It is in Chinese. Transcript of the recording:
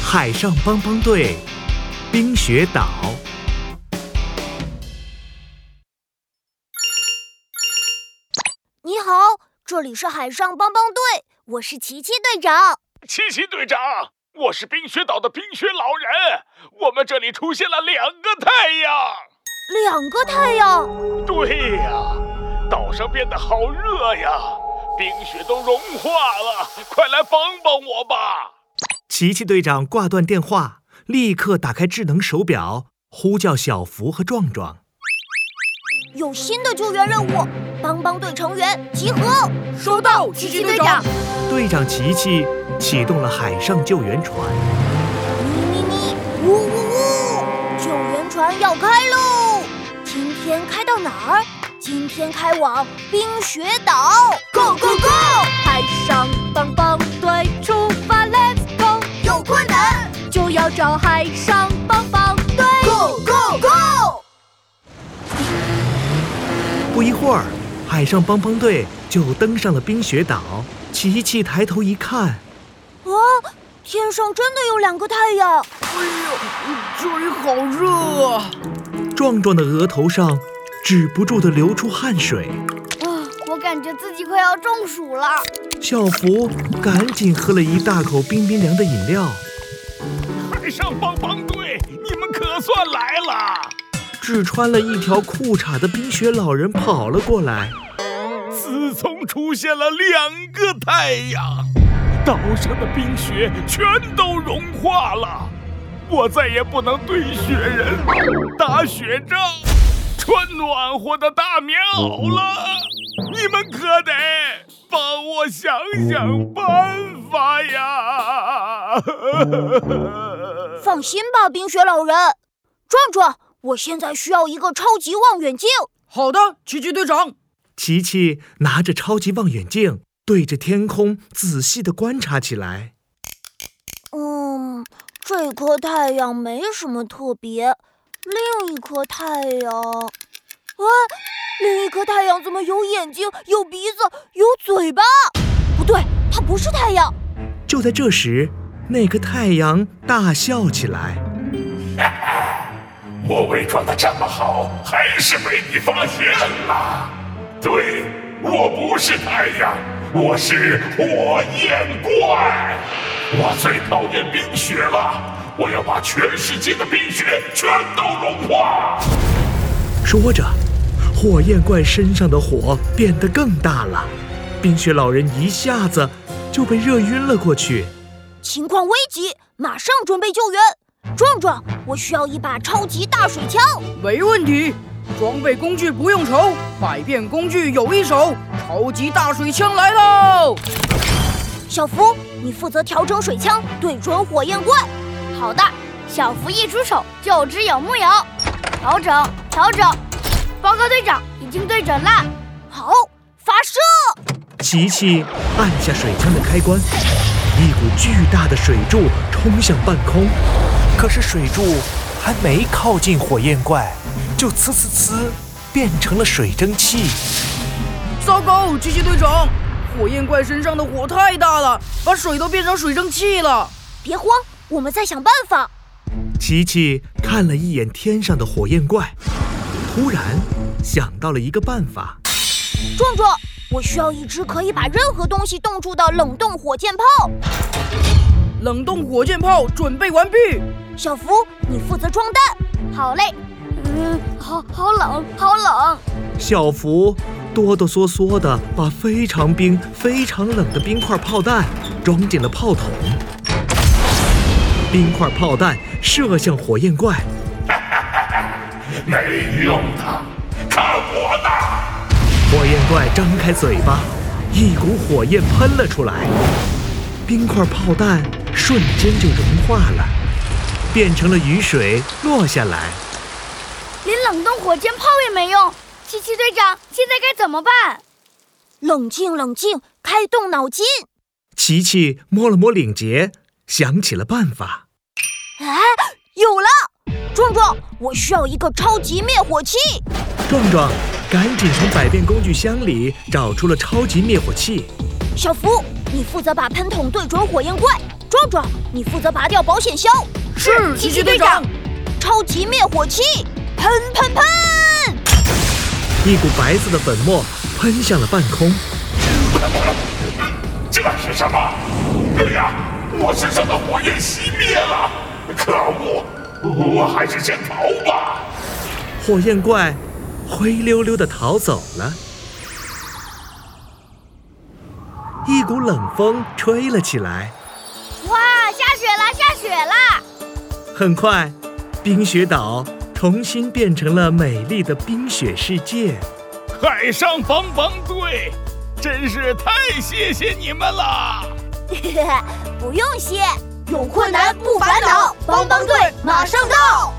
海上帮帮队，冰雪岛。 你好，这里是海上帮帮队，我是琪琪队长。 琪琪队长，我是冰雪岛的冰雪老人，我们这里出现了2个太阳。 2个太阳？ 对呀，岛上变得好热呀，冰雪都融化了，快来帮帮我吧！ 琪琪队长挂断电话，立刻打开智能手表，呼叫小福和壮壮。 有新的救援任务，帮帮队成员集合。 收到，琪琪队长。 队长琪琪启动了海上救援船。 咪咪咪，呜呜呜！救援船要开喽！今天开到哪儿？今天开往冰雪岛。Go go go！ 海上帮帮队出发 ，Let's go！ 有困难就要找海上帮帮队。 Go go go！ 不一会儿，海上帮帮队就登上了冰雪岛。琪琪抬头一看， 啊，天上真的有2个太阳！ 哎呦，这里好热啊！ 壮壮的额头上止不住地流出汗水。 我感觉自己快要中暑了。 小福赶紧喝了一大口冰冰凉的饮料。 海上帮帮队，你们可算来了！ 只穿了一条裤衩的冰雪老人跑了过来。 自从出现了2个太阳，岛上的冰雪全都融化了，我再也不能堆雪人、打雪仗、穿暖和的大棉袄了。你们可得帮我想想办法呀！ 放心吧，冰雪老人。壮壮，我现在需要一个超级望远镜。 好的，琪琪队长。 琪琪拿着超级望远镜，对着天空仔细地观察起来。 这颗太阳没什么特别，另一颗太阳，另一颗太阳怎么有眼睛、有鼻子、有嘴巴？不对，它不是太阳。 就在这时，那颗太阳大笑起来。 我伪装得这么好，还是被你发现了。对，我不是太阳，我是火焰怪。我最讨厌冰雪了，我要把全世界的冰雪全都融化。 说着，火焰怪身上的火变得更大了，冰雪老人一下子就被热晕了过去。 情况危急，马上准备救援。壮壮，我需要一把超级大水枪。 没问题，装备工具不用愁，百变工具有一手，超级大水枪来喽！ 小福，你负责调整水枪，对准火焰怪。 好的，小福一出手就知有木有。调整，报告队长，已经对准了。 好，发射！ 琪琪按下水枪的开关，一股巨大的水柱冲向半空。可是水柱还没靠近火焰怪，就呲呲呲变成了水蒸气。 糟糕，琪琪队长，火焰怪身上的火太大了，把水都变成水蒸气了。 别慌，我们再想办法。 琪琪看了一眼天上的火焰怪，突然想到了一个办法。 壮壮，我需要一支可以把任何东西冻住的冷冻火箭炮。 冷冻火箭炮准备完毕。 小福，你负责装弹。 好嘞。好冷。 小福哆哆嗦嗦地把非常冰、非常冷的冰块炮弹装进了炮筒。冰块炮弹射向火焰怪。 没用的，看我的！ 火焰怪张开嘴巴，一股火焰喷了出来，冰块炮弹瞬间就融化了，变成了雨水落下来。 连冷冻火箭炮也没用，琪琪队长，现在该怎么办？ 冷静，开动脑筋。 琪琪摸了摸领结，想起了办法。 有了！壮壮，我需要一个超级灭火器。 壮壮赶紧从百变工具箱里找出了超级灭火器。 小福，你负责把喷筒对准火焰怪， 壮壮，你负责拔掉保险销。 是，奇奇队长。 超级灭火器，喷喷喷！ 一股白色的粉末喷向了半空。 这是什么？对呀，我身上的火焰熄灭了！可恶，我还是先逃吧。 火焰怪灰溜溜地逃走了。一股冷风吹了起来。 哇，下雪了，下雪了！ 很快，冰雪岛重新变成了美丽的冰雪世界。 海上帮帮队，真是太谢谢你们了！ 不用谢，有困难不烦恼，帮帮队马上到。